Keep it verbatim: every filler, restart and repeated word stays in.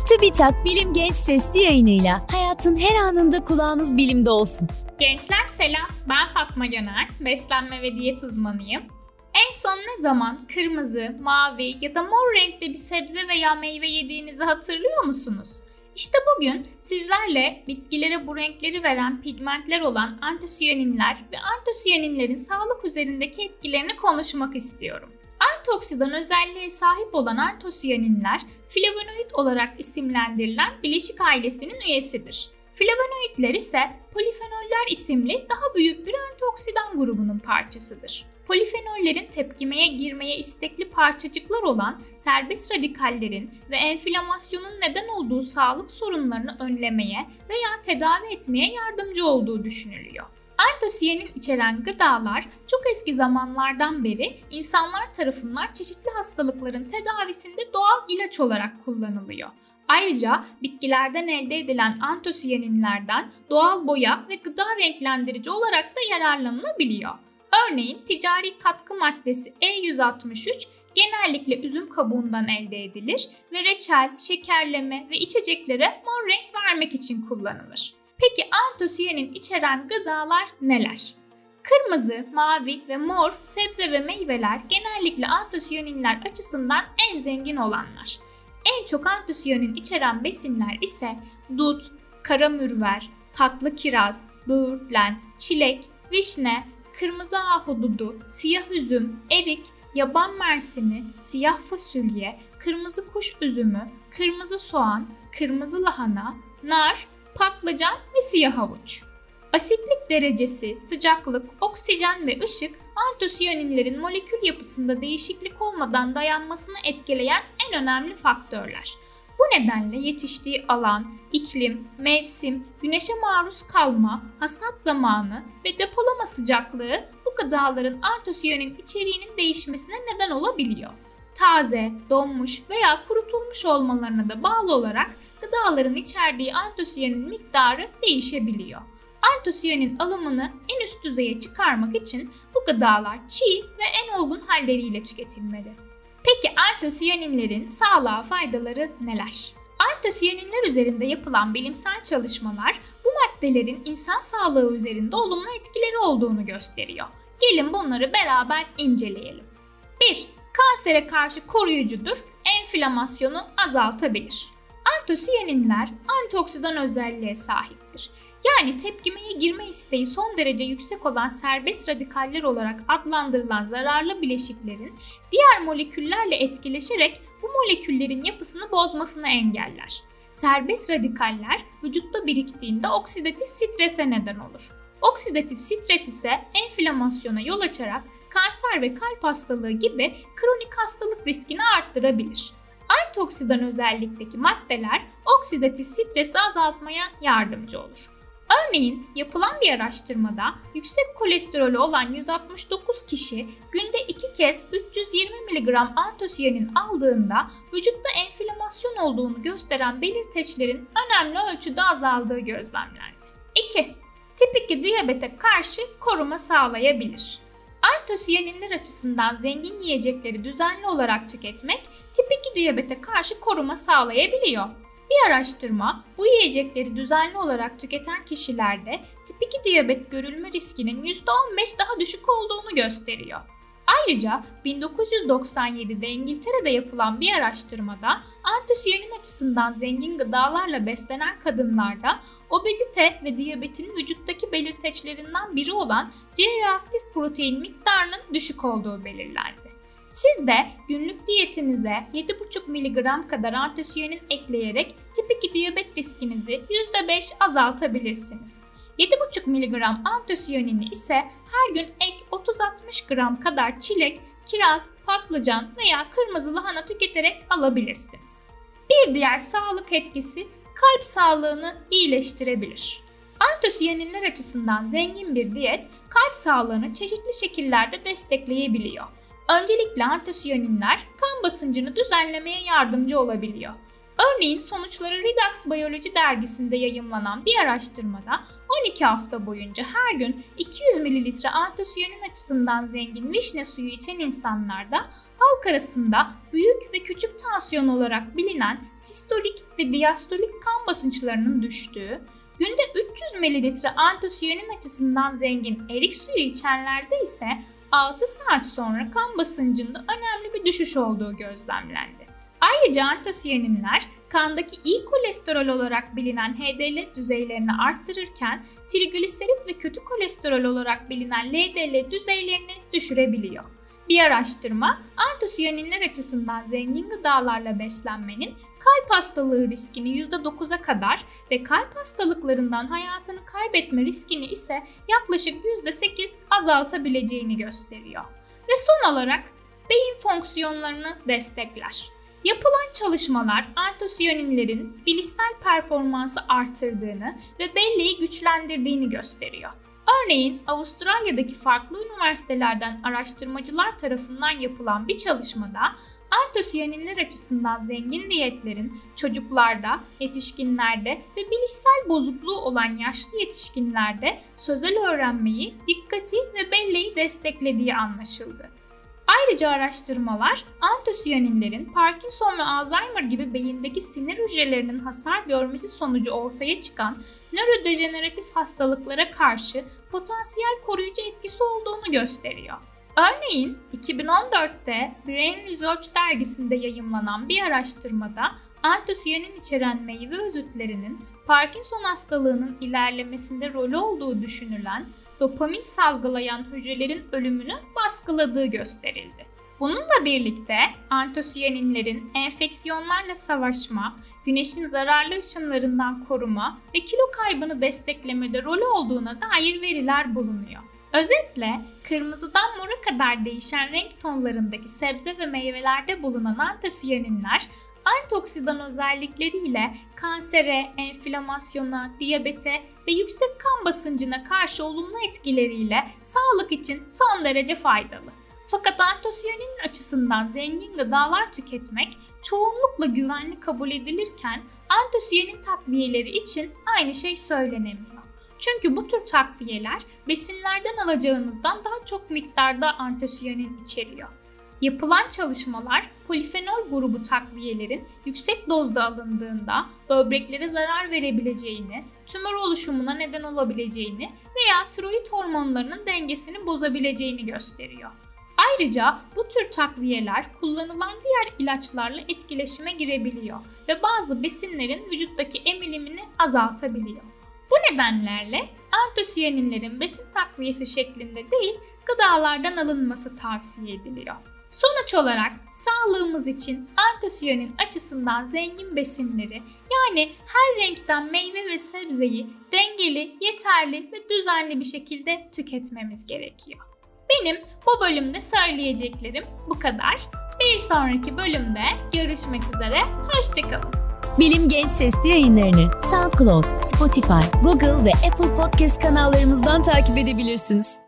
TÜBİTAK Bilim Genç Sesli yayınıyla hayatın her anında kulağınız bilimde olsun. Gençler selam, ben Fatma Göner, beslenme ve diyet uzmanıyım. En son ne zaman kırmızı, mavi ya da mor renkte bir sebze veya meyve yediğinizi hatırlıyor musunuz? İşte bugün sizlerle bitkilere bu renkleri veren pigmentler olan antosiyaninler ve antosiyaninlerin sağlık üzerindeki etkilerini konuşmak istiyorum. Antioksidan özelliğe sahip olan antosiyaninler, flavonoid olarak isimlendirilen bileşik ailesinin üyesidir. Flavonoidler ise polifenoller isimli daha büyük bir antioksidan grubunun parçasıdır. Polifenollerin tepkimeye girmeye istekli parçacıklar olan serbest radikallerin ve enflamasyonun neden olduğu sağlık sorunlarını önlemeye veya tedavi etmeye yardımcı olduğu düşünülüyor. Antosiyanin içeren gıdalar çok eski zamanlardan beri insanlar tarafından çeşitli hastalıkların tedavisinde doğal ilaç olarak kullanılıyor. Ayrıca bitkilerden elde edilen antosiyaninlerden doğal boya ve gıda renklendirici olarak da yararlanılabiliyor. Örneğin ticari katkı maddesi E yüz altmış üç genellikle üzüm kabuğundan elde edilir ve reçel, şekerleme ve içeceklere mor renk vermek için kullanılır. Peki antosiyanin içeren gıdalar neler? Kırmızı, mavi ve mor sebze ve meyveler genellikle antosiyaninler açısından en zengin olanlar. En çok antosiyanin içeren besinler ise dut, kara mürver, tatlı kiraz, böğürtlen, çilek, vişne, kırmızı ahududu, siyah üzüm, erik, yaban mersini, siyah fasulye, kırmızı kuş üzümü, kırmızı soğan, kırmızı lahana, nar, patlıcan ve siyah havuç. Asitlik derecesi, sıcaklık, oksijen ve ışık antosiyaninlerin molekül yapısında değişiklik olmadan dayanmasını etkileyen en önemli faktörler. Bu nedenle yetiştiği alan, iklim, mevsim, güneşe maruz kalma, hasat zamanı ve depolama sıcaklığı bu gıdaların antosiyanin içeriğinin değişmesine neden olabiliyor. Taze, donmuş veya kurutulmuş olmalarına da bağlı olarak gıdaların içerdiği antosiyanin miktarı değişebiliyor. Antosiyanin alımını en üst düzeye çıkarmak için bu gıdalar çiğ ve en olgun halleriyle tüketilmeli. Peki antosiyaninlerin sağlığa faydaları neler? Antosiyaninler üzerinde yapılan bilimsel çalışmalar bu maddelerin insan sağlığı üzerinde olumlu etkileri olduğunu gösteriyor. Gelin bunları beraber inceleyelim. bir Kansere karşı koruyucudur, enflamasyonu azaltabilir. Antosiyaninler antioksidan özelliğe sahiptir. Yani tepkimeye girme isteği son derece yüksek olan serbest radikaller olarak adlandırılan zararlı bileşiklerin diğer moleküllerle etkileşerek bu moleküllerin yapısını bozmasını engeller. Serbest radikaller vücutta biriktiğinde oksidatif strese neden olur. Oksidatif stres ise enflamasyona yol açarak kanser ve kalp hastalığı gibi kronik hastalık riskini arttırabilir. Antioksidan özellikteki maddeler oksidatif stresi azaltmaya yardımcı olur. Örneğin yapılan bir araştırmada yüksek kolesterolü olan yüz altmış dokuz kişi günde iki kez üç yüz yirmi miligram antosiyanin aldığında vücutta enflamasyon olduğunu gösteren belirteçlerin önemli ölçüde azaldığı gözlemlendi. iki Tip iki diyabete karşı koruma sağlayabilir. Antosiyaninler açısından zengin yiyecekleri düzenli olarak tüketmek tip iki diyabete karşı koruma sağlayabiliyor. Bir araştırma bu yiyecekleri düzenli olarak tüketen kişilerde tip iki diyabet görülme riskinin yüzde on beş daha düşük olduğunu gösteriyor. Ayrıca bin dokuz yüz doksan yedide İngiltere'de yapılan bir araştırmada antosiyanin açısından zengin gıdalarla beslenen kadınlarda obezite ve diyabetin vücuttaki belirteçlerinden biri olan C-reaktif protein miktarının düşük olduğu belirlendi. Siz de günlük diyetinize yedi buçuk miligram kadar antosiyanin ekleyerek tip iki diyabet riskinizi yüzde beş azaltabilirsiniz. yedi buçuk miligram antosiyanini ise her gün ek otuz altmış gram kadar çilek, kiraz, patlıcan veya kırmızı lahana tüketerek alabilirsiniz. Bir diğer sağlık etkisi kalp sağlığını iyileştirebilir. Antosiyaninler açısından zengin bir diyet kalp sağlığını çeşitli şekillerde destekleyebiliyor. Öncelikle antosiyaninler kan basıncını düzenlemeye yardımcı olabiliyor. Örneğin sonuçları Redox Biyoloji dergisinde yayımlanan bir araştırmada on iki hafta boyunca her gün iki yüz mililitre antosiyanin açısından zengin vişne suyu içen insanlarda halk arasında büyük ve küçük tansiyon olarak bilinen sistolik ve diastolik kan basınçlarının düştüğü, günde üç yüz mililitre antosiyanin açısından zengin erik suyu içenlerde ise altı saat sonra kan basıncında önemli bir düşüş olduğu gözlemlendi. Ayrıca antosiyaninler kandaki iyi kolesterol olarak bilinen H D L düzeylerini arttırırken trigliserit ve kötü kolesterol olarak bilinen L D L düzeylerini düşürebiliyor. Bir araştırma, antosiyaninler açısından zengin gıdalarla beslenmenin kalp hastalığı riskini yüzde dokuza kadar ve kalp hastalıklarından hayatını kaybetme riskini ise yaklaşık yüzde sekiz azaltabileceğini gösteriyor. Ve son olarak beyin fonksiyonlarını destekler. Yapılan çalışmalar antosiyaninlerin bilişsel performansı artırdığını ve belleği güçlendirdiğini gösteriyor. Örneğin Avustralya'daki farklı üniversitelerden araştırmacılar tarafından yapılan bir çalışmada antosiyaninler açısından zengin diyetlerin çocuklarda, yetişkinlerde ve bilişsel bozukluğu olan yaşlı yetişkinlerde sözel öğrenmeyi, dikkati ve belleği desteklediği anlaşıldı. Ayrıca araştırmalar antosiyaninlerin Parkinson ve Alzheimer gibi beyindeki sinir hücrelerinin hasar görmesi sonucu ortaya çıkan nörodejeneratif hastalıklara karşı potansiyel koruyucu etkisi olduğunu gösteriyor. Örneğin iki bin on dörtte Brain Research dergisinde yayımlanan bir araştırmada antosiyanin içeren meyve özütlerinin Parkinson hastalığının ilerlemesinde rolü olduğu düşünülen dopamin salgılayan hücrelerin ölümünü baskıladığı gösterildi. Bununla birlikte antosiyaninlerin enfeksiyonlarla savaşma, güneşin zararlı ışınlarından koruma ve kilo kaybını desteklemede rolü olduğuna dair veriler bulunuyor. Özetle kırmızıdan mora kadar değişen renk tonlarındaki sebze ve meyvelerde bulunan antosiyaninler antioksidan özellikleriyle kansere, enflamasyona, diyabete ve yüksek kan basıncına karşı olumlu etkileriyle sağlık için son derece faydalı. Fakat antosiyanin açısından zengin gıdalar tüketmek çoğunlukla güvenli kabul edilirken antosiyanin takviyeleri için aynı şey söylenemiyor. Çünkü bu tür takviyeler besinlerden alacağınızdan daha çok miktarda antosiyanin içeriyor. Yapılan çalışmalar polifenol grubu takviyelerin yüksek dozda alındığında böbreklere zarar verebileceğini, tümör oluşumuna neden olabileceğini veya tiroid hormonlarının dengesini bozabileceğini gösteriyor. Ayrıca bu tür takviyeler kullanılan diğer ilaçlarla etkileşime girebiliyor ve bazı besinlerin vücuttaki emilimini azaltabiliyor. Bu nedenlerle antosiyaninlerin besin takviyesi şeklinde değil, gıdalardan alınması tavsiye ediliyor. Sonuç olarak sağlığımız için antosiyanin açısından zengin besinleri, yani her renkten meyve ve sebzeyi dengeli, yeterli ve düzenli bir şekilde tüketmemiz gerekiyor. Benim bu bölümde söyleyeceklerim bu kadar. Bir sonraki bölümde görüşmek üzere, hoşça kalın. Bilim Genç Sesli yayınlarını SoundCloud, Spotify, Google ve Apple Podcast kanallarımızdan takip edebilirsiniz.